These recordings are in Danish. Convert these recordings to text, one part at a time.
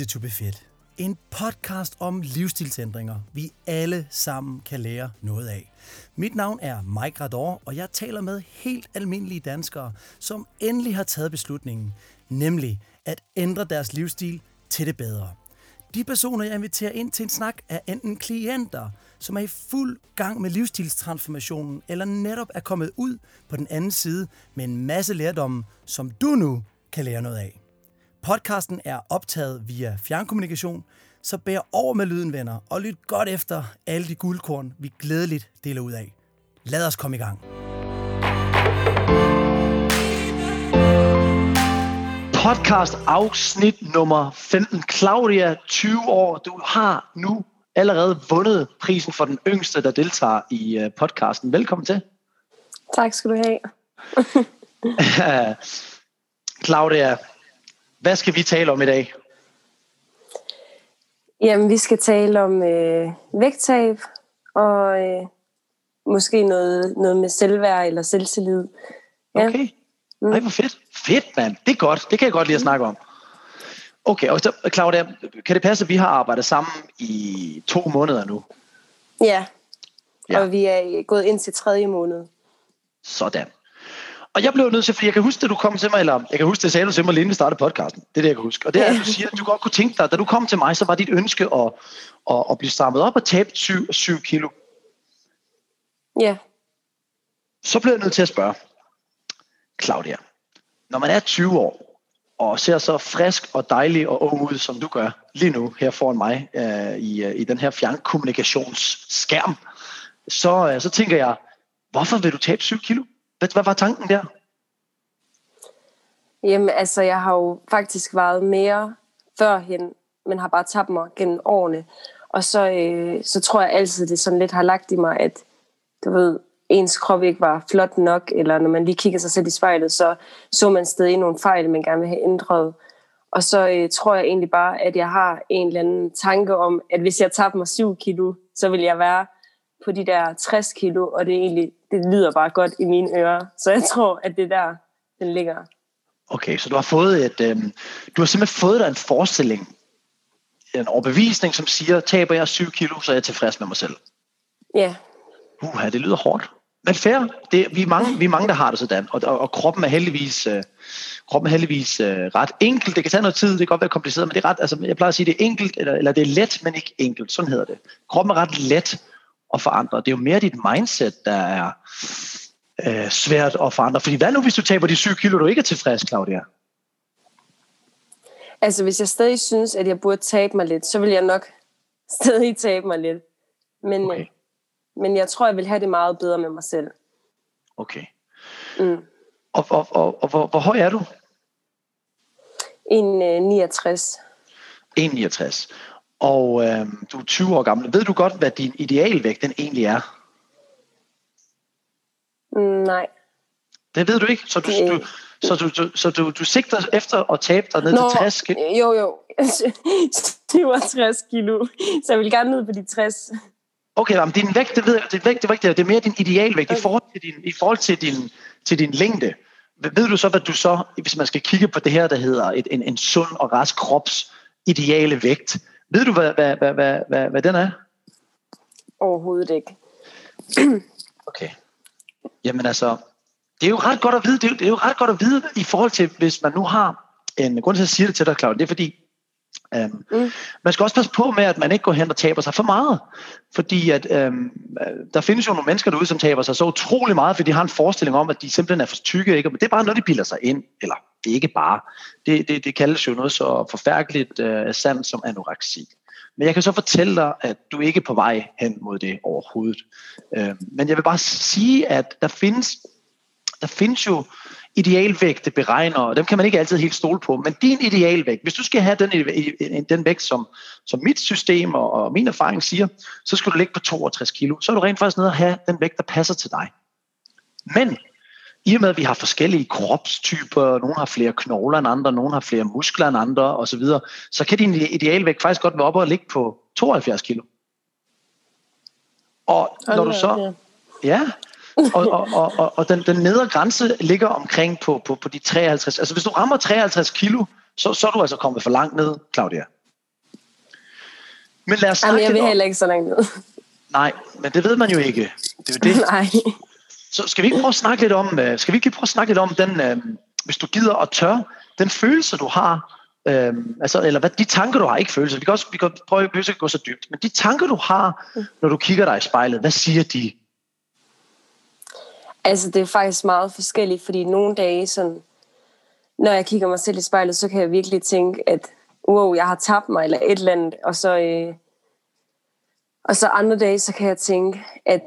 to be fit. En podcast om livsstilsændringer, vi alle sammen kan lære noget af. Mit navn er Mike Rador, og jeg taler med helt almindelige danskere, som endelig har taget beslutningen, nemlig at ændre deres livsstil til det bedre. De personer, jeg inviterer ind til en snak, er enten klienter, som er i fuld gang med livsstilstransformationen, eller netop er kommet ud på den anden side med en masse lærdomme, som du nu kan lære noget af. Podcasten er optaget via fjernkommunikation, så bær over med lyden, venner, og lyt godt efter alle de guldkorn, vi glædeligt deler ud af. Lad os komme i gang. Podcast afsnit nummer 15. Claudia, 20 år. Du har nu allerede vundet prisen for den yngste, der deltager i podcasten. Velkommen til. Tak skal du have. Claudia, hvad skal vi tale om i dag? Jamen, vi skal tale om vægttab og måske noget med selvværd eller selvtillid. Ja. Okay. Nej, hvor fedt. Fedt, mand. Det er godt. Det kan jeg godt lide at snakke om. Okay, og så, Claudia, kan det passe, at vi har arbejdet sammen i 2 måneder nu? Ja, og vi er gået ind til 3. måned. Sådan. Og jeg blev nødt til, fordi jeg kan huske, at du kom til mig, eller jeg kan huske, det sagde du til mig, inden vi startede podcasten. Det er det, jeg kan huske. Og det er, at du siger, at du godt kunne tænke dig, da du kom til mig, så var dit ønske at blive strammet op og tabe 7 kilo. Ja. Så blev jeg nødt til at spørge, Claudia, når man er 20 år, og ser så frisk og dejlig og ung ud, som du gør lige nu, her foran mig, i den her fjernkommunikationsskærm, så tænker jeg, hvorfor vil du tabe 7 kilo? Hvad var tanken der? Jamen, altså, jeg har jo faktisk vejet mere førhen, men har bare tabt mig gennem årene. Og så tror jeg altid, det sådan lidt har lagt i mig, at du ved, ens krop ikke var flot nok, eller når man lige kigger sig selv i spejlet, så man stadig nogle fejl, man gerne vil have ændret. Og så tror jeg egentlig bare, at jeg har en eller anden tanke om, at hvis jeg tabte mig 7 kilo, så vil jeg være på de der 60 kilo, og det lyder bare godt i mine ører. Så jeg tror, at det er der, den ligger. Okay, så du har simpelthen fået dig en forestilling, en overbevisning, som siger, taber jeg 7 kilo, så er jeg tilfreds med mig selv. Ja. Det lyder hårdt. Men fair, vi er mange, der har det sådan, og kroppen er heldigvis ret enkelt. Det kan tage noget tid, det kan godt være kompliceret, men det er ret, altså jeg plejer at sige, det er enkelt, eller det er let, men ikke enkelt, sådan hedder det. Kroppen er ret let at forandre. Det er jo mere dit mindset, der er svært at forandre. Fordi hvad nu, hvis du taber de 7 kilo, du ikke er tilfreds, Claudia? Altså, hvis jeg stadig synes, at jeg burde tabe mig lidt, så vil jeg nok stadig tabe mig lidt. Men jeg tror, jeg vil have det meget bedre med mig selv. Okay. Og hvor høj er du? 1,69. 1,69. Og du er 20 år gammel. Ved du godt, hvad din idealvægt den egentlig er? Nej. Det ved du ikke? Så du sigter efter at tabe dig ned til 60 kilo? Jo. 67 kilo. Så jeg vil gerne ned på de 60. Okay, men din vægt, det var ikke det. Det er mere din idealvægt i forhold til din længde. Ved du så, hvad du så, hvis man skal kigge på det her, der hedder en sund og rask krops ideale vægt, ved du, hvad den er? Overhovedet ikke. Okay. Jamen altså, det er jo ret godt at vide. Det er jo ret godt at vide i forhold til, hvis man nu har en grund til at sige det til dig, Claudia, det er fordi, man skal også passe på med, at man ikke går hen og taber sig for meget. Fordi at der findes jo nogle mennesker derude, som taber sig så utrolig meget, fordi de har en forestilling om, at de simpelthen er for tykke. Ikke? Men det er bare noget, de bilder sig ind. Eller det er ikke bare. Det kaldes jo noget så forfærdeligt sandt som anoreksi. Men jeg kan så fortælle dig, at du ikke er på vej hen mod det overhovedet. Men jeg vil bare sige, at der findes jo idealvægte beregner, og dem kan man ikke altid helt stole på, men din idealvægt, hvis du skal have den vægt, som mit system og min erfaring siger, så skal du ligge på 62 kilo. Så er du rent faktisk nede at have den vægt, der passer til dig. Men i og med, at vi har forskellige kropstyper, nogle har flere knogler end andre, nogle har flere muskler end andre osv., så kan din idealvægt faktisk godt være oppe og ligge på 72 kilo. Og når du så... Ja, og den nedre grænse ligger omkring på de 53. Altså hvis du rammer 53 kilo, så er du altså kommet for langt ned, Claudia. Men lad os snakke jeg vil lidt om... heller ikke så langt ned. Nej, men det ved man jo ikke. Det er jo det. Nej. Så skal vi ikke prøve at snakke lidt om, den, hvis du gider og tør, den følelse, du har, eller hvad de tanker, du har, ikke følelser. Vi kan prøve at gå så dybt, men de tanker, du har, når du kigger dig i spejlet, hvad siger de? Altså, det er faktisk meget forskelligt, fordi nogle dage, sådan, når jeg kigger mig selv i spejlet, så kan jeg virkelig tænke, at wow, jeg har tabt mig, eller et eller andet, og så andre dage, så kan jeg tænke, at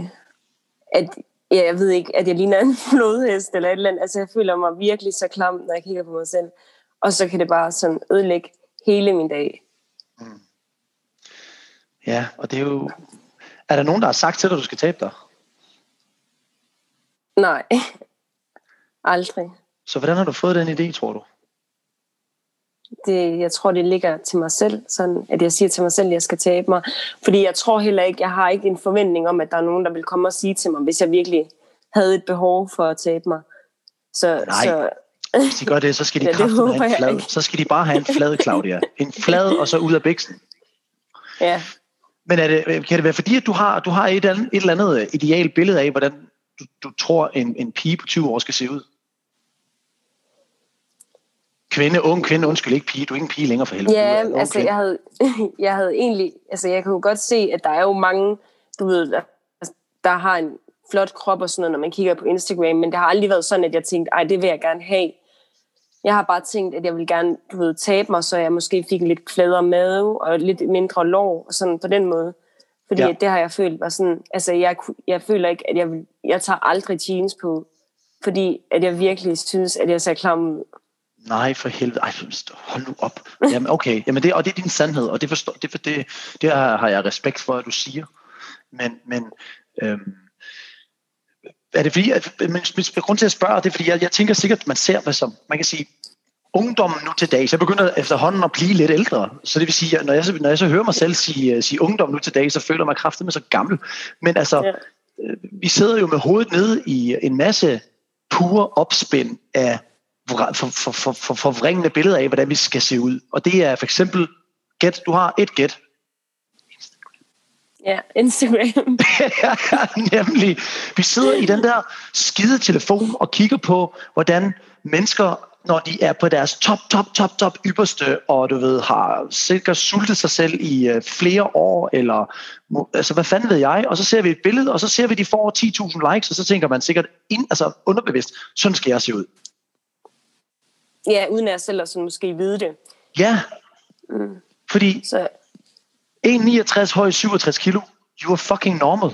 jeg ved ikke, at jeg ligner en flodhest, eller et eller andet. Altså, jeg føler mig virkelig så klam, når jeg kigger på mig selv. Og så kan det bare sådan ødelægge hele min dag. Mm. Ja, og det er jo... Er der nogen, der har sagt til dig, at du skal tabe dig? Nej. Aldrig. Så hvordan har du fået den idé, tror du? Jeg tror, det ligger til mig selv, sådan at jeg siger til mig selv, at jeg skal tabe mig. Fordi jeg tror heller ikke, jeg har ikke en forventning om, at der er nogen, der vil komme og sige til mig, hvis jeg virkelig havde et behov for at tabe mig. Nej, hvis de gør det, så skal de kraften have en flad. Så skal de bare have en flad, Claudia. En flad, og så ud af biksen. Ja. Men kan det være fordi, at du har et eller andet idealt billede af, hvordan du tror, en pige på 20 år skal se ud? Ung kvinde, undskyld, ikke pige. Du er ikke en pige længere for helvede. Ja, altså jeg havde egentlig, altså jeg kunne godt se, at der er jo mange, du ved, der har en flot krop og sådan noget, når man kigger på Instagram, men det har aldrig været sådan, at jeg tænkte, ej, det vil jeg gerne have. Jeg har bare tænkt, at jeg vil gerne, du ved, tabe mig, så jeg måske fik en lidt fladere mave og lidt mindre lår, og sådan på den måde. Fordi det har jeg følt var sådan, altså jeg føler ikke, at jeg tager aldrig jeans på, fordi at jeg virkelig synes, at jeg ser klam ud. Nej, for helvede. Ej, hold nu op. Jamen, okay. Jamen, det er din sandhed, og det har jeg respekt for, at du siger. Men er det fordi, grund til at spørge, det er fordi, jeg tænker sikkert, at man ser, hvad som, man kan sige, ungdommen nu til dag, så jeg begynder efterhånden at blive lidt ældre. Så det vil sige, at når jeg så hører mig selv sige ungdom nu til dag, så føler jeg mig kraftedeme så gammel. Men altså, vi sidder jo med hovedet nede i en masse pure opspind af forvrængende billeder af, hvordan vi skal se ud. Og det er for eksempel, du har et gæt. Ja, Instagram. Ja, nemlig. Vi sidder i den der skide telefon og kigger på, hvordan mennesker, når de er på deres top ypperste, og du ved, har sikkert sultet sig selv i flere år, eller altså hvad fanden ved jeg, og så ser vi et billede, og så ser vi, de får 10.000 likes, og så tænker man sikkert, underbevidst, sådan skal jeg se ud. Ja, uden at jeg selv også måske vide det. Ja, fordi 1,69 høj, 67 kilo, you are fucking normal.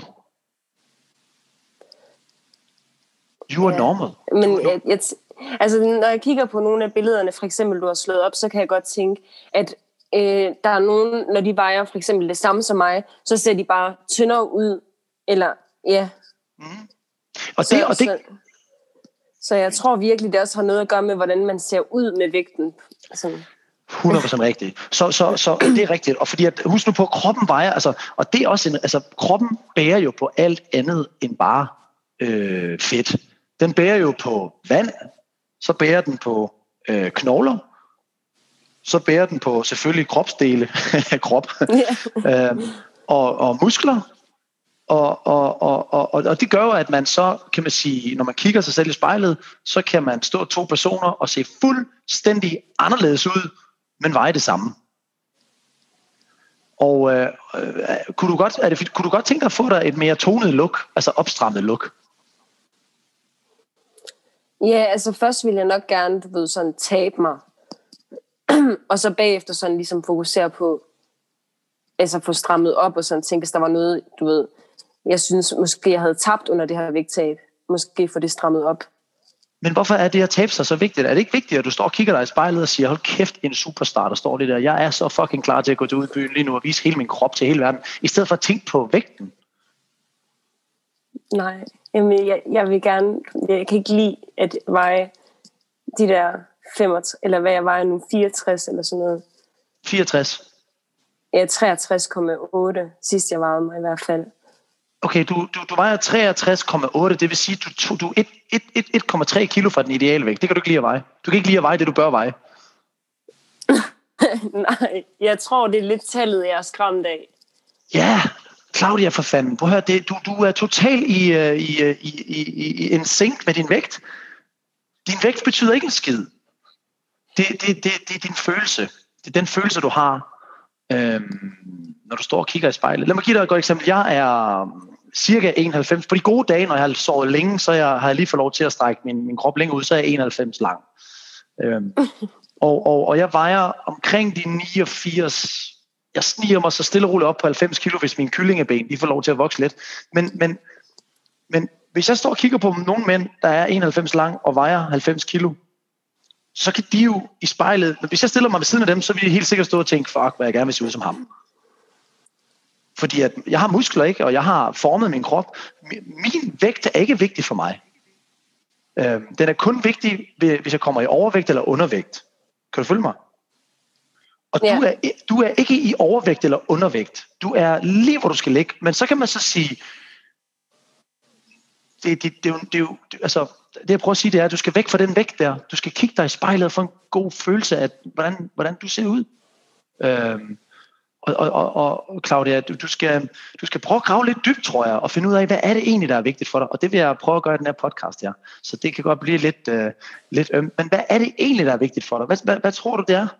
You are normal. Men altså, når jeg kigger på nogle af billederne, for eksempel, du har slået op, så kan jeg godt tænke, at der er nogen, når de vejer for eksempel det samme som mig, så ser de bare tyndere ud, eller ja. Så jeg tror virkelig, det også har noget at gøre med, hvordan man ser ud med vægten. Sådan. 100% rigtigt. Så det er rigtigt. Og fordi at, husk nu på, kroppen vejer, altså, og det er også kroppen bærer jo på alt andet end bare fedt. Den bærer jo på vand, så bærer den på knogler, så bærer den på selvfølgelig kropsdele af krop, og muskler. Og det gør jo, at man så, kan man sige, når man kigger sig selv i spejlet, så kan man stå 2 personer og se fuldstændig anderledes ud, men veje det samme. Og kunne du godt tænke dig at få dig et mere tonet look, altså opstrammet look? Ja, altså først vil jeg nok gerne, du ved, sådan tabe mig. Og så bagefter sådan ligesom fokusere på, altså få strammet op og sådan tænke, hvis der var noget, du ved, jeg synes måske jeg havde tabt under det her vægttab. Måske få det strammet op. Men hvorfor er det at tabe sig så vigtigt? Er det ikke vigtigt, at du står og kigger dig i spejlet og siger, hold kæft, en superstar, der står det der. Jeg er så fucking klar til at gå til udbyen lige nu og vise hele min krop til hele verden, i stedet for at tænke på vægten? Nej, jamen jeg vil gerne, jeg kan ikke lide at veje de der 65, eller hvad jeg vejer nu, 64 eller sådan noget. 64? Ja, 63,8 sidst jeg vejede mig i hvert fald. Okay, du vejer 63,8, det vil sige, du er 1,3 kilo fra den ideale vægt. Det kan du ikke lide at veje. Du kan ikke lide at veje det, du bør veje. Nej, jeg tror, det er lidt tallet, jeg er skræmt af. Ja, Claudia, for fanden. Prøv at høre, du er totalt i en sync med din vægt. Din vægt betyder ikke en skid. Det er din følelse. Det er den følelse, du har, når du står og kigger i spejlet. Lad mig give dig et godt eksempel. Jeg er cirka 91. På de gode dage, når jeg har sovet længe, så har jeg lige fået lov til at strække min krop længere ud, så er jeg 91 lang. Og jeg vejer omkring de 89. Jeg sniger mig så stille og roligt op på 90 kilo, hvis mine kyllingeben de får lov til at vokse lidt. Men hvis jeg står og kigger på nogle mænd, der er 91 lang og vejer 90 kilo, så kan de jo i spejlet, men hvis jeg stiller mig ved siden af dem, så vil de helt sikkert stå og tænke, fuck, hvad jeg gerne vil se ud som ham. Fordi at jeg har muskler, ikke, og jeg har formet min krop. Min vægt er ikke vigtig for mig. Den er kun vigtig, hvis jeg kommer i overvægt eller undervægt. Kan du følge mig? Og ja. Du er ikke i overvægt eller undervægt. Du er lige, hvor du skal ligge. Men så kan man så sige, altså, det jeg prøver at sige, det er, at du skal væk fra den vægt der. Du skal kigge dig i spejlet og få en god følelse af, hvordan du ser ud. Og Claudia, du skal prøve at grave lidt dybt, tror jeg, og finde ud af, hvad er det egentlig, der er vigtigt for dig. Og det vil jeg prøve at gøre i den her podcast her. Så det kan godt blive lidt ømt. Men hvad er det egentlig, der er vigtigt for dig? Hvad tror du, det er?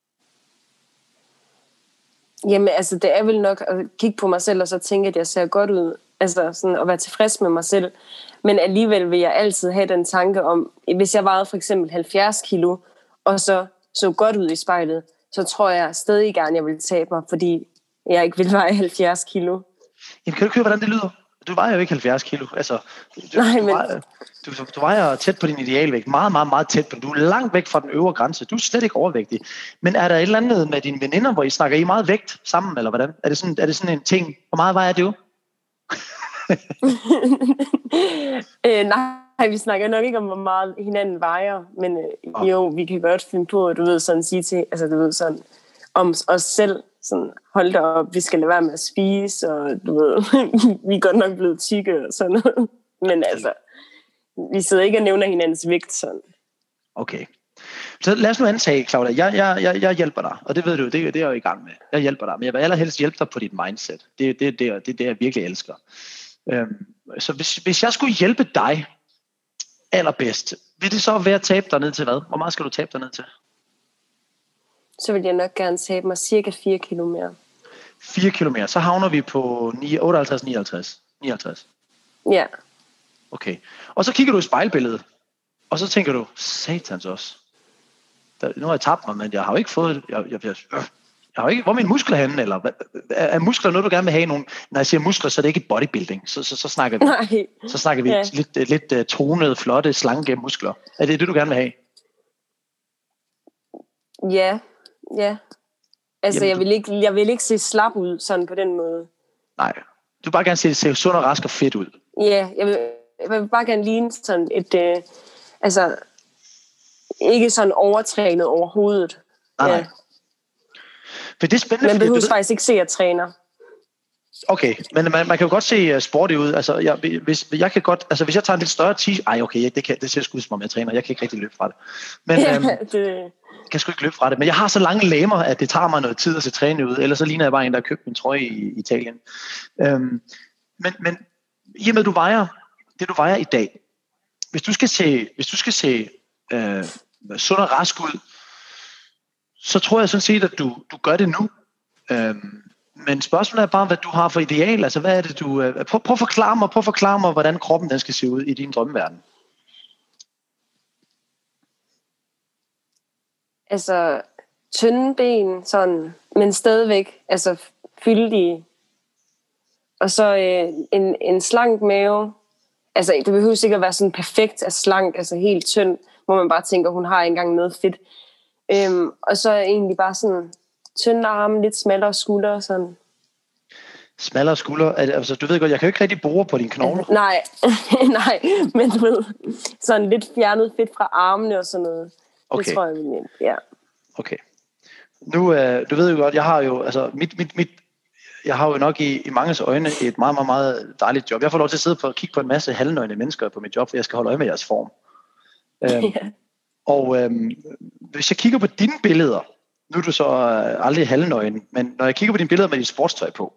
Jamen, altså, det er vel nok at kigge på mig selv, og så tænke, at jeg ser godt ud. Altså, sådan at være tilfreds med mig selv. Men alligevel vil jeg altid have den tanke om, hvis jeg vejede for eksempel 70 kilo, og så godt ud i spejlet, så tror jeg stadig gerne, jeg vil tabe mig, fordi jeg ikke vil veje 70 kilo. Jamen, kan du høre, hvordan det lyder? Du vejer jo ikke 70 kilo. Altså, du vejer tæt på din idealvægt. Meget, meget, meget tæt på. Du er langt væk fra den øvre grænse. Du er slet ikke overvægtig. Men er der et eller andet med dine veninder, hvor I snakker i meget vægt sammen, eller hvordan? Er det sådan en ting? Hvor meget vejer du? Nej, vi snakker nok ikke om, hvor meget hinanden vejer. Men jo, vi kan godt finde på, du ved, sådan sige til, altså du ved, sådan om os selv, sådan, hold da op, vi skal lade være med at spise, og du ved, vi er godt nok blevet tykke og sådan noget. Men altså, vi sidder ikke og nævner hinandens vægt sådan. Okay. Så lad os nu antage, Claudia, jeg hjælper dig, og det ved du, det er jeg jo i gang med. Jeg hjælper dig, men jeg vil allerhelst hjælpe dig på dit mindset. Det er det, jeg virkelig elsker. Så hvis jeg skulle hjælpe dig allerbedst, vil det så være at tabe dig ned til hvad? Hvor meget skal du tabe dig ned til? Så vil jeg nok gerne tabe mig cirka 4 kilo mere. 4 kilo mere, så havner vi på 59. Ja. Okay. Og så kigger du i spejlbilledet, og så tænker du, satans også. Nu har jeg tabt mig, men jeg har jo ikke fået... Jeg har ikke, hvor er mine muskler henne? Eller er muskler noget, du gerne vil have? Når jeg siger muskler, så er det ikke bodybuilding. Så snakker vi, så snakker vi lidt tonede, flotte, slanke muskler. Er det det, du gerne vil have? Ja. Altså, jamen, jeg vil ikke se slap ud sådan på den måde. Nej, du vil bare gerne se sund og rask og fedt ud. Ja, jeg vil bare gerne ligne sådan et... altså, ikke sådan overtrænet overhovedet. Nej. For det er spændende, man behøver faktisk ikke se, at jeg træner. Okay, men man kan jo godt se sporty ud. Altså, hvis jeg tager en lidt større t-shirt... okay, det ser sgu som om jeg træner. Jeg kan ikke rigtig løbe fra det. Men jeg kan sgu ikke løbe fra det. Men jeg har så lange læmer, at det tager mig noget tid at se træne ud. Ellers så ligner jeg bare en, der har købt min trøje i Italien. Men i og med, at du vejer i dag. Hvis du skal se sund og rask ud, så tror jeg sådan set, at du gør det nu. Men spørgsmålet er bare, hvad du har for ideal. Altså, hvad er det, du... Prøv at forklare mig, hvordan kroppen den skal se ud i din drømmeverden. Altså, tynde ben, sådan, men stadigvæk, altså, fyldige. Og så en slank mave. Altså, det behøver sikkert være sådan perfekt af slank, altså helt tynd, hvor man bare tænker, hun har ikke engang noget fedt. Og så egentlig bare sådan tynde arme, lidt smallere skuldre, sådan. Smallere skuldre? Altså, du ved godt, jeg kan jo ikke rigtig bore på dine knogler. Nej, men du ved, sådan lidt fjernet fedt fra armene og sådan noget. Okay. Det tror jeg vil ja. Okay. Nu, du ved jo godt, jeg har jo, altså, jeg har jo nok i manges øjne et meget, meget, meget dejligt job. Jeg får lov til at sidde og kigge på en masse halvnøgne mennesker på mit job, for jeg skal holde øje med jeres form. Og hvis jeg kigger på dine billeder, Nu er du så aldrig halvnøgen, men når jeg kigger på dine billeder med dit sportstøj på,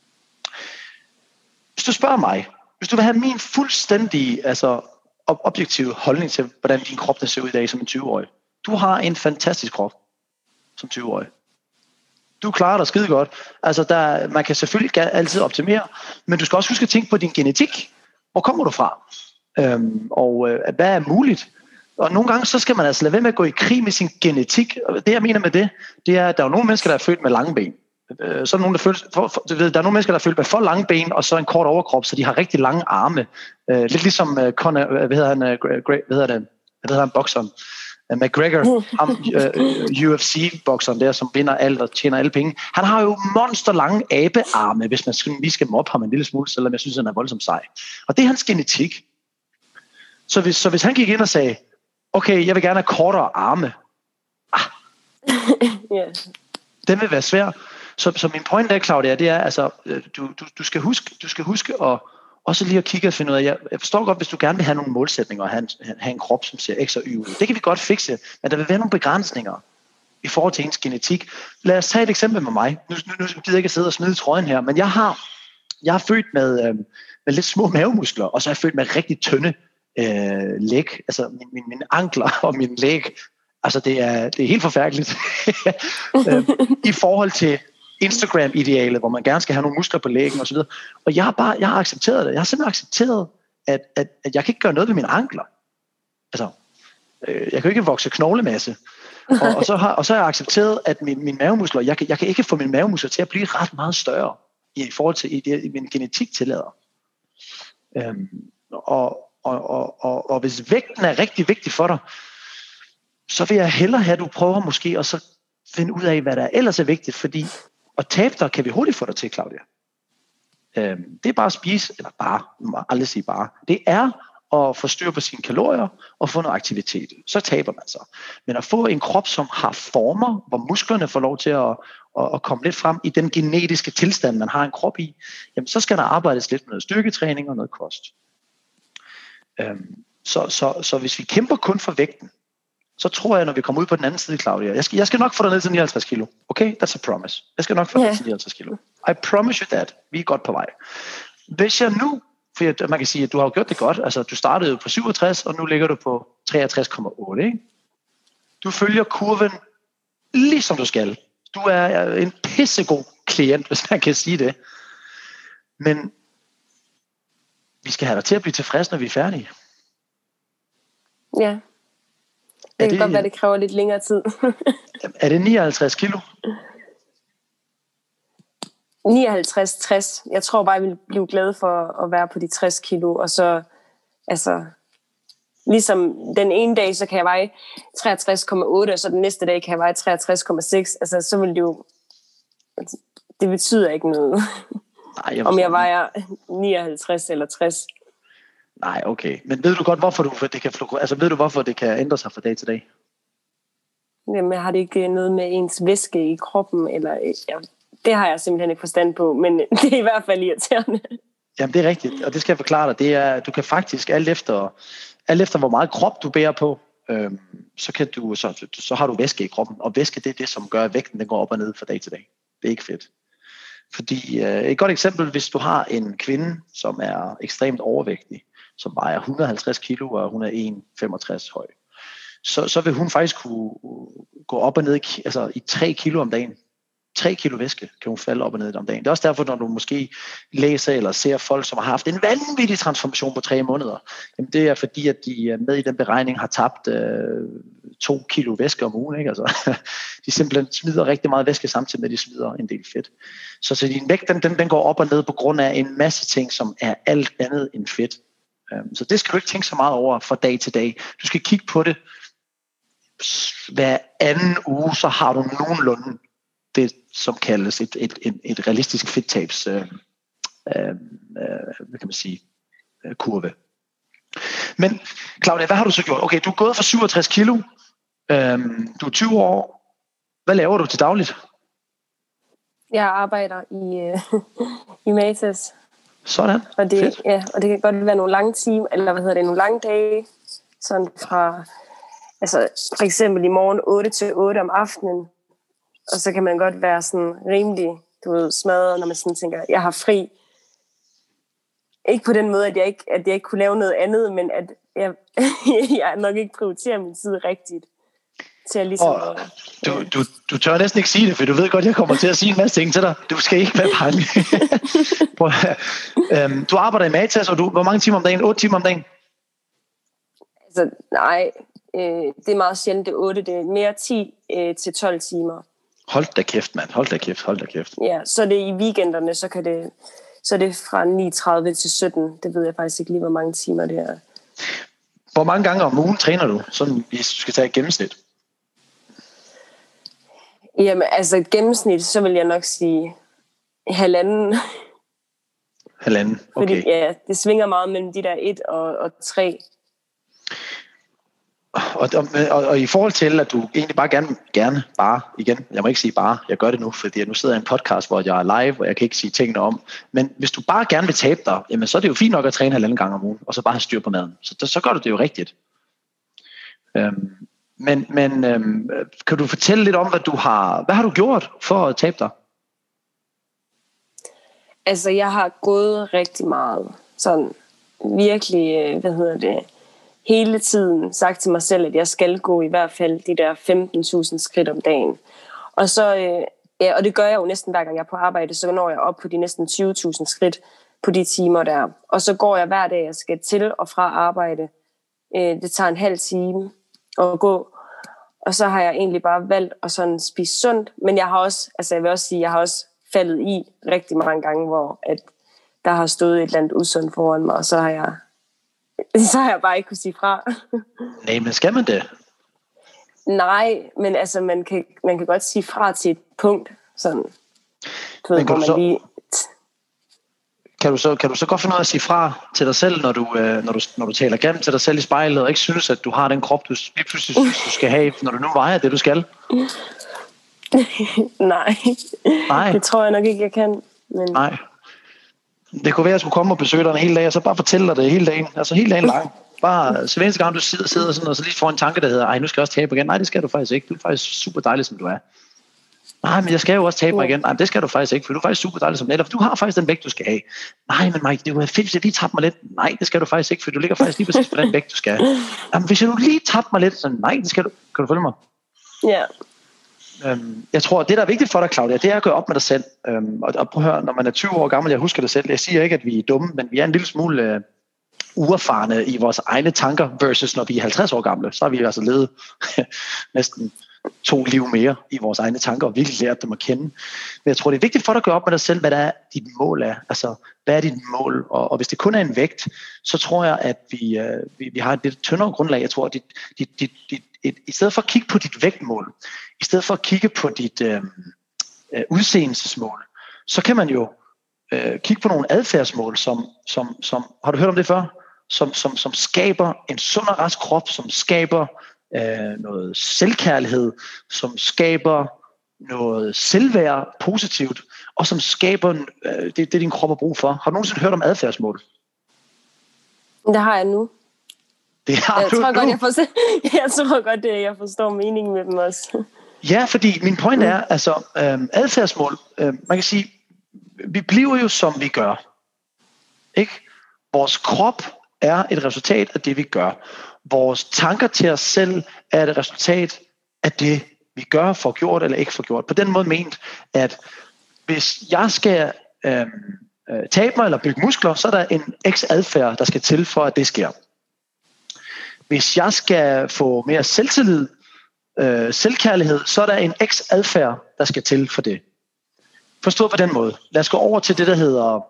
hvis du spørger mig, hvis du vil have min fuldstændig objektive holdning til, hvordan din krop der ser ud i dag som en 20-årig. Du har en fantastisk krop som 20-årig. Du klarer dig skide godt. Altså, man kan selvfølgelig altid optimere, men du skal også huske at tænke på din genetik. Hvor kommer du fra? Hvad er muligt? Og nogle gange, så skal man altså lade være med at gå i krig med sin genetik. Og det, jeg mener med det er, at der er nogle mennesker, der er født med lange ben. Så er der der er nogle mennesker, der er født med for lange ben, og så en kort overkrop, så de har rigtig lange arme. Lidt ligesom hvad hedder han, bokseren? McGregor, UFC-bokseren der, som vinder alt og tjener alle penge. Han har jo monsterlange abearme, hvis man lige skal mobbe ham en lille smule, selvom jeg synes, han er voldsomt sej. Og det er hans genetik. Så hvis han gik ind og sagde, okay, jeg vil gerne have kortere arme, den vil være svær. Så min point der, Claudia, det er, altså, du skal huske at også lige at kigge og finde ud af, jeg forstår godt, hvis du gerne vil have nogle målsætninger og have en krop, som ser X og Y ud. Det kan vi godt fikse, men der vil være nogle begrænsninger i forhold til ens genetik. Lad os tage et eksempel med mig. Nu gider jeg ikke sidde og smide trøjen her, men jeg er født med lidt små mavemuskler, og så er jeg født med rigtig tynde læg. Altså mine ankler og mine læg. Altså det er helt forfærdeligt i forhold til Instagram-idealet, hvor man gerne skal have nogle muskler på lægen og så videre. Og jeg har accepteret det. Jeg har simpelthen accepteret, at jeg kan ikke gøre noget ved mine ankler. Altså, jeg kan ikke vokse knoglemasse. Og så har jeg accepteret, at mine mavemuskler, jeg kan ikke få mine mavemuskler til at blive ret meget større i forhold til det, min genetik tillader. Og hvis vægten er rigtig vigtig for dig, så vil jeg hellere have, at du prøver måske at så finde ud af, hvad der ellers er vigtigt, fordi at tabe dig kan vi hurtigt få dig til, Claudia. Det er bare at spise, eller bare, aldrig sige bare, det er at få styr på sine kalorier og få noget aktivitet. Så taber man sig. Men at få en krop, som har former, hvor musklerne får lov til at komme lidt frem i den genetiske tilstand, man har en krop i, jamen så skal der arbejdes lidt med noget styrketræning og noget kost. Så hvis vi kæmper kun for vægten, så tror jeg, når vi kommer ud på den anden side, Claudia, jeg skal nok få dig ned til 59 kilo. Okay? That's a promise. Jeg skal nok få dig ned til 59 kilo. I promise you that. Vi er godt på vej. Hvis jeg nu, for man kan sige, at du har jo gjort det godt, altså du startede på 67, og nu ligger du på 63,8, ikke? Du følger kurven ligesom du skal. Du er en pissegod klient, hvis man kan sige det. Men vi skal have dig til at blive tilfreds, når vi er færdige. Ja. Det kan godt være, det kræver lidt længere tid. Er det 59 kilo? 59-60. Jeg tror bare, jeg vil blive glad for at være på de 60 kilo. Og så, altså, ligesom den ene dag, så kan jeg veje 63,8, og så den næste dag kan jeg veje 63,6. Altså, så vil det jo... Altså, det betyder ikke noget. Nej, om jeg vejer 59 eller 60. Nej, okay. Men ved du godt, hvorfor det kan ændre sig fra dag til dag? Jamen, har det ikke noget med ens væske i kroppen? Eller, det har jeg simpelthen ikke forstand på, men det er i hvert fald irriterende. Jamen, det er rigtigt, og det skal jeg forklare dig. Det er, du kan faktisk, alt efter hvor meget krop du bærer på, så har du væske i kroppen. Og væske, det er det, som gør, at vægten den går op og ned fra dag til dag. Det er ikke fedt. Fordi et godt eksempel, hvis du har en kvinde, som er ekstremt overvægtig, som vejer 150 kilo, og hun er 1,65 høj, så vil hun faktisk kunne gå op og ned i 3 kilo om dagen. 3 kilo væske kan hun falde op og ned om dagen. Det er også derfor, når du måske læser eller ser folk, som har haft en vanvittig transformation på 3 måneder, jamen det er fordi, at de med i den beregning har tabt 2 kilo væske om ugen. Ikke? Altså, de simpelthen smider rigtig meget væske samtidig med, at de smider en del fedt. Så din vægt, den går op og ned på grund af en masse ting, som er alt andet end fedt. Så det skal du ikke tænke så meget over fra dag til dag. Du skal kigge på det hver anden uge, så har du nogenlunde det, som kaldes et realistisk fedttabs hvad kan man sige, kurve. Men Claudia, hvad har du så gjort? Okay, du er gået fra 67 kilo, du er 20 år. Hvad laver du til dagligt? Jeg arbejder i Matas. Sådan. Og det, og det kan godt være nogle lange timer, eller nogle lange dage, sådan fra, altså for eksempel i morgen 8 til 8 om aftenen, Og så kan man godt være sådan rimelig, smadret, når man sådan tænker, jeg har fri. Ikke på den måde, at jeg ikke kunne lave noget andet, men at jeg nok ikke prioriterer min tid rigtigt. Til at ligesom... Du tør næsten ikke sige det, for du ved godt, jeg kommer til at sige en masse ting til dig. Du skal ikke være bange. Du arbejder i Matas, og hvor mange timer om dagen? 8 timer om dagen? Altså, nej. Det er meget sjældent, det er 8. Det er mere 10 til 12 timer. Hold da kæft, mand. Hold da kæft. Ja, så det i weekenderne, så er det fra 9:30 til 17. Det ved jeg faktisk ikke lige, hvor mange timer det er. Hvor mange gange om ugen træner du, sådan hvis du skal tage et gennemsnit? Jamen, altså gennemsnit, så vil jeg nok sige 1,5. 1,5, okay. Fordi, ja, det svinger meget mellem de der 1 og 3. Og i forhold til, at du egentlig bare gerne bare, igen, jeg må ikke sige bare, jeg gør det nu, fordi nu sidder jeg i en podcast, hvor jeg er live, og jeg kan ikke sige tingene om, men hvis du bare gerne vil tabe dig, jamen så er det jo fint nok at træne 1,5 gange om ugen, og så bare have styr på maden. Så gør du det jo rigtigt. Men kan du fortælle lidt om, hvad har du gjort for at tabe dig? Altså, jeg har gået rigtig meget. Sådan virkelig, hele tiden sagt til mig selv, at jeg skal gå i hvert fald de der 15.000 skridt om dagen. Og så, og det gør jeg jo næsten hver gang jeg er på arbejde, så når jeg op på de næsten 20.000 skridt på de timer der. Og så går jeg hver dag, jeg skal til og fra arbejde. Det tager en halv time at gå. Og så har jeg egentlig bare valgt at sådan spise sundt. Men jeg har også, jeg vil også sige, jeg har også faldet i rigtig mange gange, hvor at der har stået et eller andet usundt foran mig, og så har jeg bare ikke kunne sige fra. Nej, men skal man det? Nej, men altså, man kan godt sige fra til et punkt, sådan, men kan du så godt finde ud af at sige fra til dig selv, når du taler gennem til dig selv i spejlet, og ikke synes, at du har den krop, du pludselig synes, du skal have, når du nu vejer det, du skal? Nej, det tror jeg nok ikke, jeg kan. Men... Nej. Det kunne være, at jeg skulle komme og besøge dig en hel dag, og så bare fortælle dig det hele dagen. Altså hele dagen lang. Bare så hver gang du sidder sådan, og så lige får en tanke, der hedder, ej, nu skal jeg også tabe igen. Nej, det skal du faktisk ikke. Du er faktisk super dejlig, som du er. Nej, men jeg skal jo også tabe mig igen. Nej, men det skal du faktisk ikke, for du er faktisk super dejlig, som du er. For du har faktisk den vægt, du skal have. Nej, men Mike, det kunne være fedt, hvis jeg lige tabte mig lidt. Nej, det skal du faktisk ikke, for du ligger faktisk lige præcis på den vægt, du skal. Jamen, hvis jeg nu lige tabte mig lidt, så nej, det skal du. Kan du følge mig? Ja. Jeg tror, det der er vigtigt for dig, Claudia, det er at gøre op med dig selv. Og prøv at høre, når man er 20 år gammel, jeg husker det selv, jeg siger ikke, at vi er dumme, men vi er en lille smule uerfarne i vores egne tanker, versus når vi er 50 år gamle, så har vi altså levet næsten 2 liv mere i vores egne tanker, og virkelig lært dem at kende. Men jeg tror, det er vigtigt for dig at gøre op med dig selv, hvad der er dit mål er. Altså, hvad er dit mål? Og hvis det kun er en vægt, så tror jeg, at vi har et lidt tyndere grundlag. Jeg tror, at i stedet for at kigge på dit vægtmål, i stedet for at kigge på dit udseendelsesmål, så kan man jo kigge på nogle adfærdsmål, som har du hørt om det før? Som skaber en sund og rask krop, som skaber noget selvkærlighed, som skaber noget selvværd positivt, og som skaber det din krop har brug for. Har du nogensinde hørt om adfærdsmål? Det har jeg nu. Det har jeg tror godt, jeg forstår meningen med dem også. Ja, fordi min point er, altså adfærdsmål, man kan sige, vi bliver jo som vi gør. Ikke? Vores krop er et resultat af det vi gør. Vores tanker til os selv er et resultat af det vi gør, får gjort eller ikke får gjort. På den måde ment, at hvis jeg skal tabe mig eller bygge muskler, så er der en x adfærd, der skal til for at det sker. Hvis jeg skal få mere selvtillid, selvkærlighed, så er der en x adfærd, der skal til for det. Forstået på den måde. Lad os gå over til det, der hedder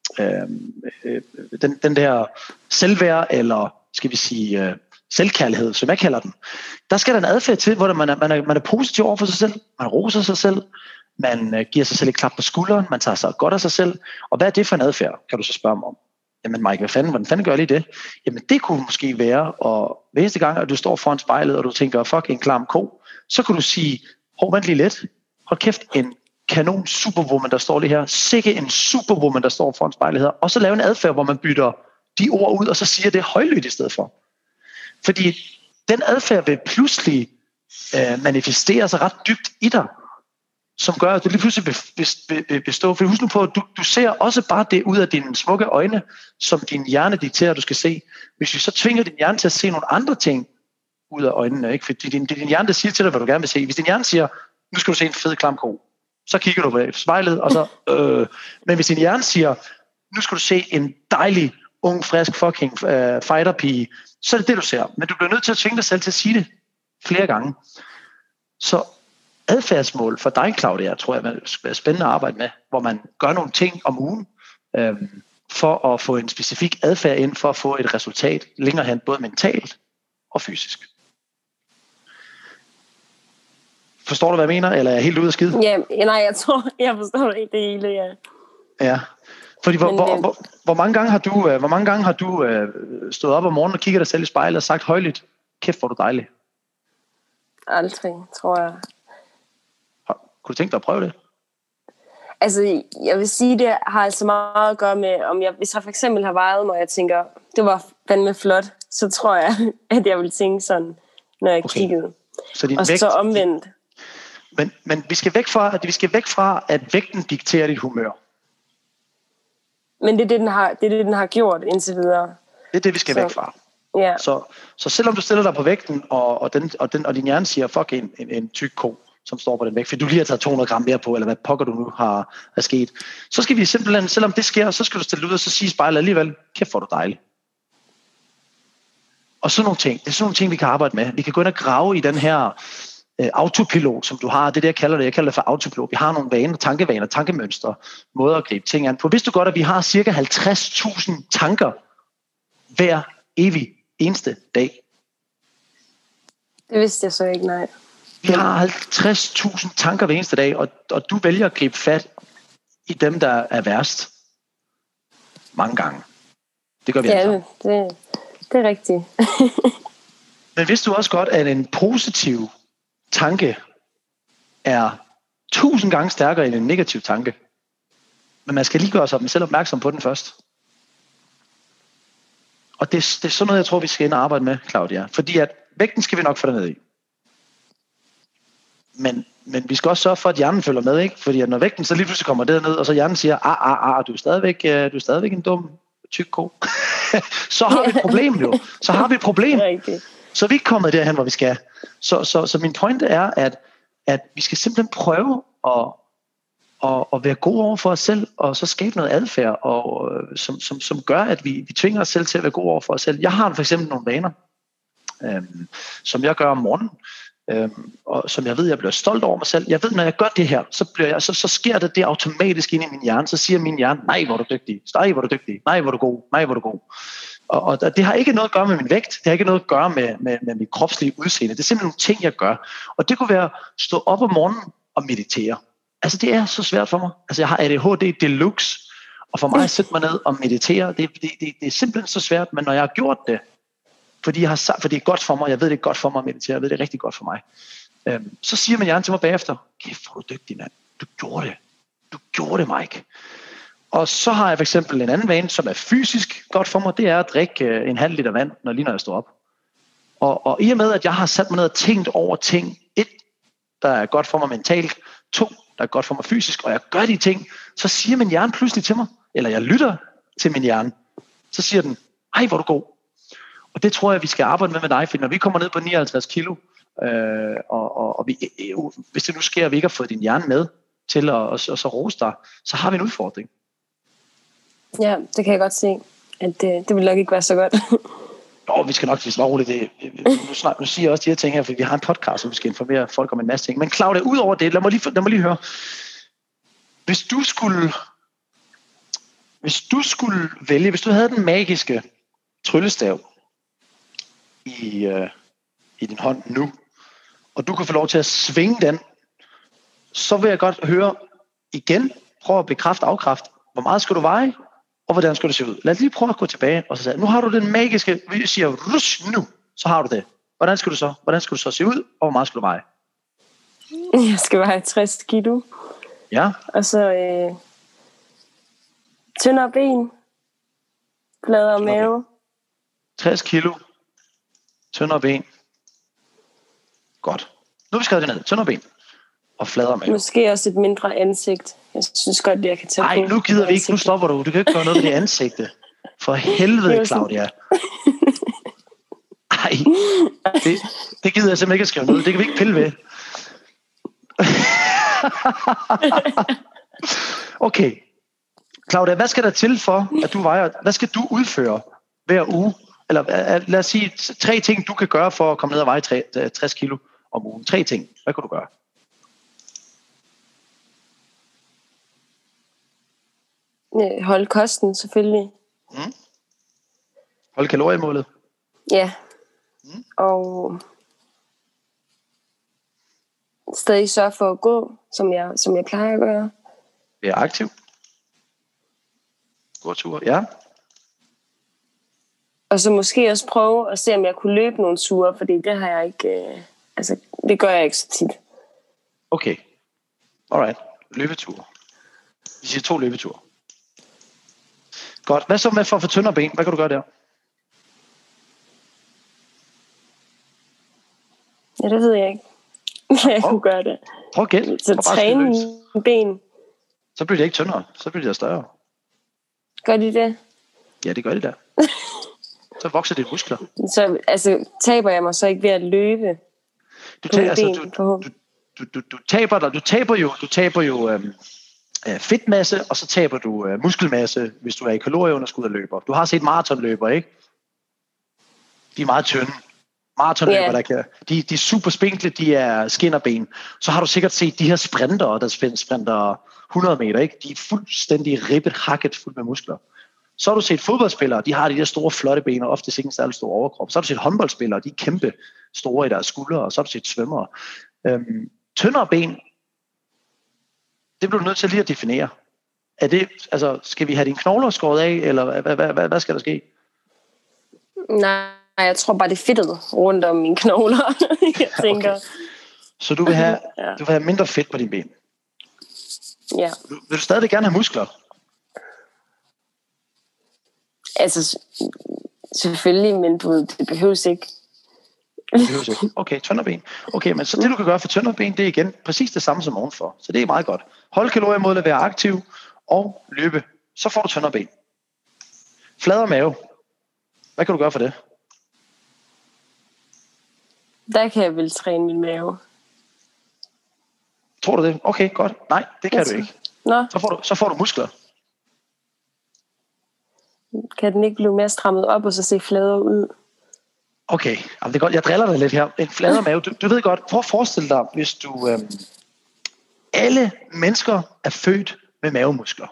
den der selvværd, eller skal vi sige selvkærlighed, som jeg kalder den. Der skal der en adfærd til, hvor man er positiv over for sig selv, man roser sig selv, man giver sig selv et klap på skulderen, man tager sig godt af sig selv. Og hvad er det for en adfærd, kan du så spørge mig om? Jamen Mike, hvordan fanden gør jeg lige det? Jamen det kunne måske være, og hver eneste gang, at du står foran spejlet, og du tænker, fuck, en klam ko, så kan du sige, vent lige lidt, hold kæft, en kanon superwoman, der står lige her, sikke en superwoman, der står foran spejlet her, og så lave en adfærd, hvor man bytter de ord ud, og så siger det højlydt i stedet for. Fordi den adfærd vil pludselig manifestere sig ret dybt i dig. som gør, at du lige pludselig vil stå. For husk nu på, at du ser også bare det ud af dine smukke øjne, som din hjerne dikterer, du skal se. Hvis vi så tvinger din hjerne til at se nogle andre ting ud af øjnene, ikke? Fordi det er din hjerne, der siger til dig, hvad du gerne vil se. Hvis din hjerne siger, nu skal du se en fed klam ko, så kigger du på spejlet, og så... Men hvis din hjerne siger, nu skal du se en dejlig, ung, frisk fucking fighterpige, så er det det, du ser. Men du bliver nødt til at tvinge dig selv til at sige det flere gange. Så adfærdsmål for dig, Claudia, tror jeg, er spændende at arbejde med, hvor man gør nogle ting om ugen, for at få en specifik adfærd ind, for at få et resultat længere hen, både mentalt og fysisk. Forstår du, hvad jeg mener, eller er jeg helt ude af skide? Ja, nej, jeg tror, jeg forstår ikke det hele, ja. Ja, fordi hvor mange gange har du stået op om morgenen og kigget dig selv i spejlet og sagt højligt, kæft, hvor er du dejlig? Aldrig, tror jeg. Kunne du tænke dig at prøve det? Altså, jeg vil sige, det har altså meget at gøre med, hvis jeg for eksempel har vejet mig, og jeg tænker, det var fandme flot, så tror jeg, at jeg vil tænke sådan, når jeg kiggede. Så din og vægt, så omvendt. Men vi skal væk fra, at vægten dikterer dit humør. Men det er det, den har gjort indtil videre. Det er det, vi skal væk fra. Ja. Så selvom du stiller dig på vægten, og din hjerne siger, fuck en tyk ko, som står på den vægt, for du lige har taget 200 gram mere på, eller hvad pokker du nu har sket, så skal vi simpelthen, selvom det sker, så skal du stille ud og så sige spejlet alligevel, kæft hvor er du dejlig. Og sådan nogle ting, det er sådan nogle ting, vi kan arbejde med. Vi kan gå ind og grave i den her autopilot, som du har. Det er det, jeg kalder det for autopilot. Vi har nogle vaner, tankevaner, tankemønstre, måder at gribe ting an på. Vidste du godt, at vi har cirka 50.000 tanker hver evig eneste dag? Det vidste jeg så ikke, nej. Vi har 50.000 tanker hver eneste dag, og du vælger at gribe fat i dem, der er værst. Mange gange. Det gør vi altså. Det er rigtigt. Men vidste du også godt, at en positiv tanke er 1000 gange stærkere end en negativ tanke? Men man skal lige gøre sig selv opmærksom på den først. Og det er sådan noget, jeg tror, vi skal ind og arbejde med, Claudia. Fordi at vægten skal vi nok få derned i. Men vi skal også sørge for, at hjernen følger med, ikke? Fordi at når vægten så lige pludselig kommer derned, og så hjernen siger, du er stadigvæk en dum tyk ko. Så har vi et problem jo. Så har vi et problem. Så er vi ikke kommet derhen, hvor vi skal. Så min pointe er, at vi skal simpelthen prøve at være gode over for os selv, og så skabe noget adfærd, og, som gør, at vi tvinger os selv til at være gode over for os selv. Jeg har for eksempel nogle vaner, som jeg gør om morgenen, og som jeg ved, jeg bliver stolt over mig selv. Jeg ved, når jeg gør det her, så sker det automatisk ind i min hjerne. Så siger min hjerne, nej, hvor er du dygtig, nej, hvor er du dygtig, nej, hvor er du god, nej, hvor er du god. Og det har ikke noget at gøre med min vægt, det har ikke noget at gøre med mit kropslige udseende. Det er simpelthen nogle ting, jeg gør. Og det kunne være at stå op om morgenen og meditere. Altså, det er så svært for mig. Altså, jeg har ADHD deluxe, og for mig at sætte mig ned og meditere, det er simpelthen så svært, men når jeg har gjort det, fordi det er godt for mig, jeg ved, det er godt for mig at meditere, jeg ved, det er rigtig godt for mig, så siger min hjerne til mig bagefter, kæft, hvor er du dygtig, mand. Du gjorde det, Mike. Og så har jeg for eksempel en anden vane, som er fysisk godt for mig, det er at drikke en halv liter vand, når jeg står op. Og i og med, at jeg har sat mig ned og tænkt over ting, 1, der er godt for mig mentalt, 2, der er godt for mig fysisk, og jeg gør de ting, så siger min hjerne pludselig til mig, eller jeg lytter til min hjerne, så siger den, ej, hvor er du god. Og det tror jeg, vi skal arbejde med dig, for når vi kommer ned på 59 kilo, og hvis det nu sker, at vi ikke har fået din hjerne med til at så rose dig, så har vi en udfordring. Ja, det kan jeg godt se, at det vil nok ikke være så godt. Vi skal nok svare roligt. Nu siger jeg også de her ting her, fordi vi har en podcast, som vi skal informere folk om en masse ting. Men Claudia, ud over det, lad mig lige høre. Hvis du skulle vælge, hvis du havde den magiske tryllestav i din hånd nu, og du kan få lov til at svinge den, så vil jeg godt høre igen, prøv at bekræfte, afkræfte, hvor meget skal du veje, og hvordan skal du se ud. Lad os lige prøve at gå tilbage, og så sige, nu har du den magiske, vi siger, rush, nu, så har du det. Hvordan skal du så se ud, og hvor meget skal du veje? Jeg skal veje 60 kilo. Ja. Og så tyndere ben, fladere mave. 60 kilo, tyndere ben. Godt. Nu har vi skrevet det ned, tyndere ben. og fladere mave. Måske også et mindre ansigt. Jeg synes godt, jeg kan tage på. Nej, nu gider vi ikke. Nu stopper du. Du kan ikke gøre noget ved det ansigte. For helvede, Claudia. Ej, det gider jeg simpelthen ikke at skrive noget. Det kan vi ikke pille ved. Okay. Claudia, hvad skal der til for, at du vejer? Hvad skal du udføre hver uge? Eller lad os sige 3 ting, du kan gøre for at komme ned og veje 60 kilo om ugen. 3 ting. Hvad kan du gøre? Holde kosten, selvfølgelig. Holde kaloriemålet? Ja. Og stadig sørge for at gå, som jeg plejer at gøre. Være aktiv. Gå tur, ja. Og så måske også prøve at se, om jeg kunne løbe nogle ture, fordi det har jeg ikke... det gør jeg ikke så tit. Okay. Alright. Løbeture. Vi siger 2 løbeture. Godt. Hvad så med for at få tyndere ben? Hvad kan du gøre der? Ja, det ved jeg ikke. Jeg kunne gøre det. Prøv at gætte. Så træne mine ben. Så bliver de ikke tyndere. Så bliver de der større. Gør de det? Ja, det gør de der. Så vokser dine muskler. Så taber jeg mig så ikke ved at løbe? Du taber jo fedtmasse, og så taber du muskelmasse, hvis du er i kalorieunderskud og løber. Du har set maratonløber, ikke? De er meget tynde. Maratonløber, yeah. De er super spinkle, de er skinnerben. Så har du sikkert set de her sprintere, der sprinter 100 meter, ikke? De er fuldstændig ribbet, hakket, fuldt med muskler. Så har du set fodboldspillere, de har de der store flotte ben, og ofte ikke en særlig stor overkrop. Så har du set håndboldspillere, de er kæmpe store i deres skuldre, og så har du set svømmere. Tyndere ben, det bliver du nødt til lige at definere. Er det, skal vi have dine knogler skåret af, eller hvad skal der ske? Nej, jeg tror bare, det er fedtet rundt om mine knogler, jeg tænker. Okay. Så du vil have mindre fedt på dine ben? Ja. Vil du stadig gerne have muskler? Selvfølgelig, men det behøves ikke. Okay, tynderben. Okay, men så det du kan gøre for tynderben, det er igen præcis det samme som ovenfor. Så det er meget godt. Hold kaloriemålet at være aktiv og løbe. Så får du tynderben. Fladere mave. Hvad kan du gøre for det? Der kan jeg vel træne min mave. Tror du det? Okay, godt. Nej, det kan du ikke. Nå. Så får du muskler. Kan den ikke blive mere strammet op og så se fladere ud? Okay, det er godt. Jeg driller dig lidt her. En fladere mave. Du ved godt, prøv at forestille dig, hvis du... alle mennesker er født med mavemuskler.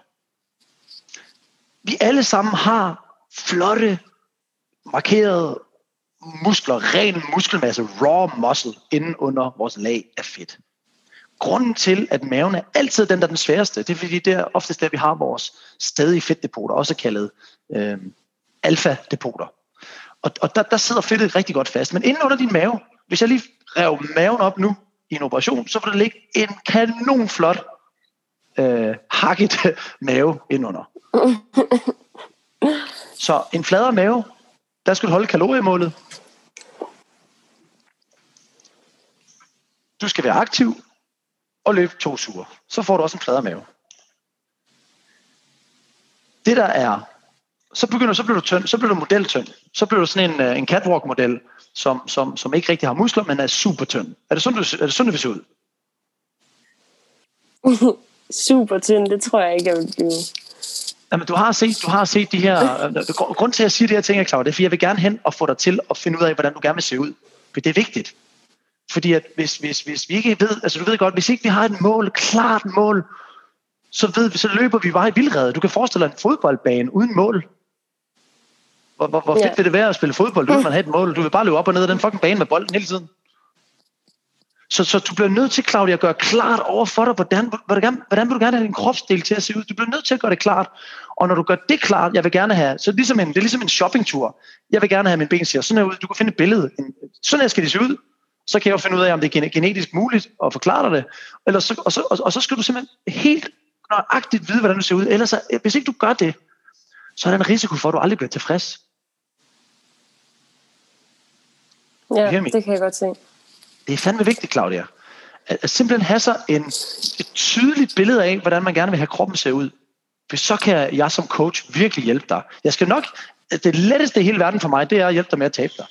Vi alle sammen har flotte, markerede muskler, ren muskelmasse, raw muscle, inden under vores lag af fedt. Grunden til, at maven er altid den, der er den sværeste, det er fordi, det er oftest der, vi har vores stadige fedtdepoter, også kaldet alfa-depoter. Og der sidder fedtet rigtig godt fast. Men inden under din mave, hvis jeg lige rev maven op nu i en operation, så vil der ligge en kanonflot hakket mave indenunder. Så en fladere mave, der skal du holde kaloriemålet. Du skal være aktiv og løbe 2 ture. Så får du også en fladere mave. Det der er, så bliver du tynd, så bliver du modeltynd. Så bliver du sådan en catwalk-model, som ikke rigtig har muskler, men er super tynd. Er det sådan, det vil se ud? Super tynd, det tror jeg ikke, jeg vil blive. Jamen, du har set de her... Grunden til, at jeg siger det her ting, Claudia, det er, fordi jeg vil gerne hen og få dig til at finde ud af, hvordan du gerne vil se ud. For det er vigtigt. Fordi at hvis vi ikke ved... du ved godt, hvis ikke vi har et mål, klart mål, så løber vi bare i vildrede. Du kan forestille dig en fodboldbane uden mål. Hvor fedt vil det være at spille fodbold, uden man har et mål? Du vil bare løbe op og ned af den fucking bane med bolden hele tiden. Så du bliver nødt til, Claudia, at gøre klart over for dig, hvordan vil du gerne have din kropsdel til at se ud. Du bliver nødt til at gøre det klart. Og når du gør det klart, jeg vil gerne have, så det er ligesom en shoppingtur. Jeg vil gerne have, min ben ser sådan her ud. Du kan finde et billede. Sådan her skal de se ud. Så kan jeg jo finde ud af, om det er genetisk muligt at forklare dig det. Eller så skal du simpelthen helt nøjagtigt vide, hvordan du ser ud. Ellers, hvis ikke du gør det, så er der en risiko for, at du aldrig bliver tilfreds. Ja, det kan jeg godt se. Det er fandme vigtigt, Claudia, At simpelthen have så et tydeligt billede af, hvordan man gerne vil have kroppen ser ud. For så kan jeg som coach virkelig hjælpe dig. Jeg skal nok, det letteste i hele verden for mig, det er at hjælpe dig med at tabe dig.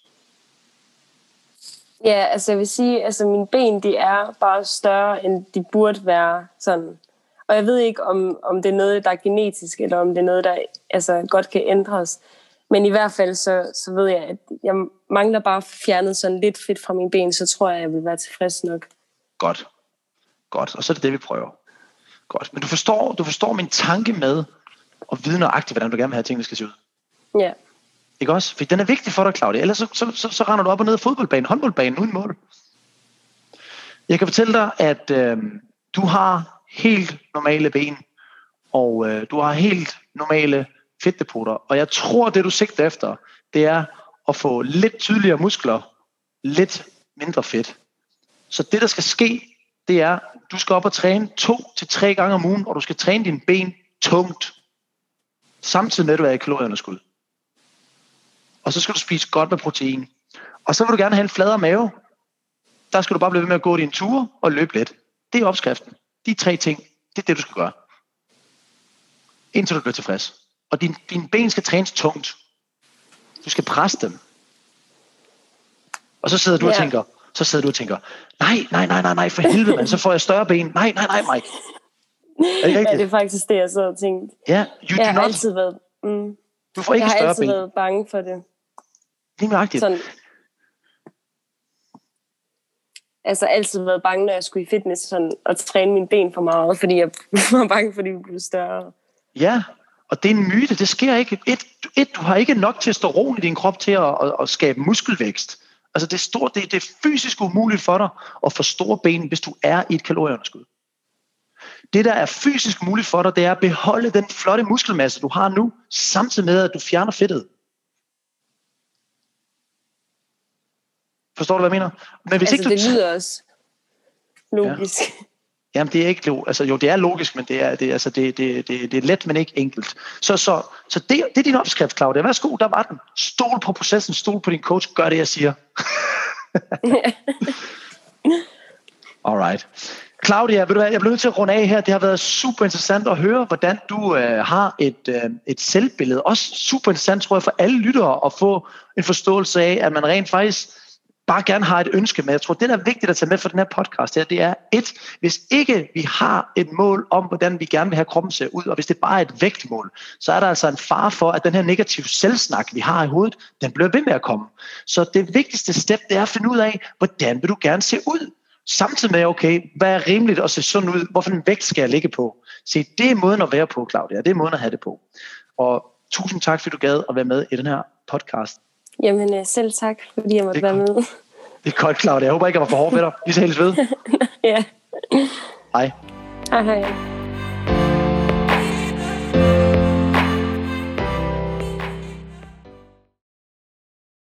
Ja, altså jeg vil sige, altså mine ben, de er bare større, end de burde være sådan. Og jeg ved ikke, om det er noget, der er genetisk, eller om det er noget, der altså, godt kan ændres. Men i hvert fald, så ved jeg, at jeg mangler bare fjernet sådan lidt fedt fra mine ben, så tror jeg vil være tilfreds nok. Godt. Og så er det det, vi prøver. Godt. Men du forstår min tanke med at vide nøjagtigt, hvordan du gerne vil have tingene skal se ud. Ja. Ikke også? For den er vigtig for dig, Claudia. Ellers så render du op og ned af fodboldbanen, håndboldbanen, uden mål. Jeg kan fortælle dig, at du har helt normale ben, og du har helt normale fedtdepoter. Og jeg tror, det du sigter efter, det er at få lidt tydeligere muskler, lidt mindre fedt. Så det, der skal ske, det er, du skal op og træne 2 til 3 gange om ugen, og du skal træne dine ben tungt, samtidig med, at du er i kalorieunderskud. Og så skal du spise godt med protein. Og så vil du gerne have en fladere mave. Der skal du bare blive ved med at gå dine ture og løbe lidt. Det er opskriften. De 3 ting, det er det, du skal gøre. Indtil du bliver tilfreds. Og dine ben skal trænes tungt. Du skal presse dem. Og så sidder du og tænker, nej, for helvede, man, så får jeg større ben. Nej, Mike. Er det rigtigt? Ja, det er faktisk det, jeg så og tænkt. Ja, jeg har altid været... Du får ikke større ben. Jeg har altid været bange for det. Lige nøjagtigt. Sådan. Altså altid været bange, når jeg skulle i fitness sådan, og træne mine ben for meget, fordi jeg var bange for, at de ville blive større. Ja, og det er en myte. Det sker ikke. Du har ikke nok testosteron i din krop til at skabe muskelvækst. Altså det er fysisk umuligt for dig at få store ben, hvis du er i et kalorieunderskud. Det, der er fysisk muligt for dig, det er at beholde den flotte muskelmasse, du har nu, samtidig med, at du fjerner fedtet. Forstår du, hvad jeg mener? Men hvis altså, ikke det lyder også logisk. Ja. Jamen, det er ikke logisk. Altså, jo, det er logisk, men det er let, men ikke enkelt. Så det er din opskrift, Claudia. Værsgo, der var den. Stol på processen, stol på din coach, gør det, jeg siger. Alright. Claudia, ved du hvad, jeg bliver nødt til at runde af her. Det har været super interessant at høre, hvordan du har et selvbillede. Også super interessant, tror jeg, for alle lyttere at få en forståelse af, at man rent faktisk bare gerne har et ønske med. Jeg tror, det der er vigtigt at tage med for den her podcast her, det er hvis ikke vi har et mål om, hvordan vi gerne vil have kroppen ser ud, og hvis det bare er et vægtmål, så er der altså en fare for, at den her negative selvsnak, vi har i hovedet, den bliver ved med at komme. Så det vigtigste step, det er at finde ud af, hvordan vil du gerne se ud? Samtidig med, okay, hvad er rimeligt at se sådan ud? Hvorfor en vægt skal jeg ligge på? Se, det er måden at være på, Claudia. Det er måden at have det på. Og tusind tak, fordi du gad at være med i den her podcast. Jamen, selv tak, fordi jeg måtte være med. Det er godt, Claudia. Jeg håber ikke, jeg var for hård ved dig. Vi ses ved. Ja. Hej. Hej.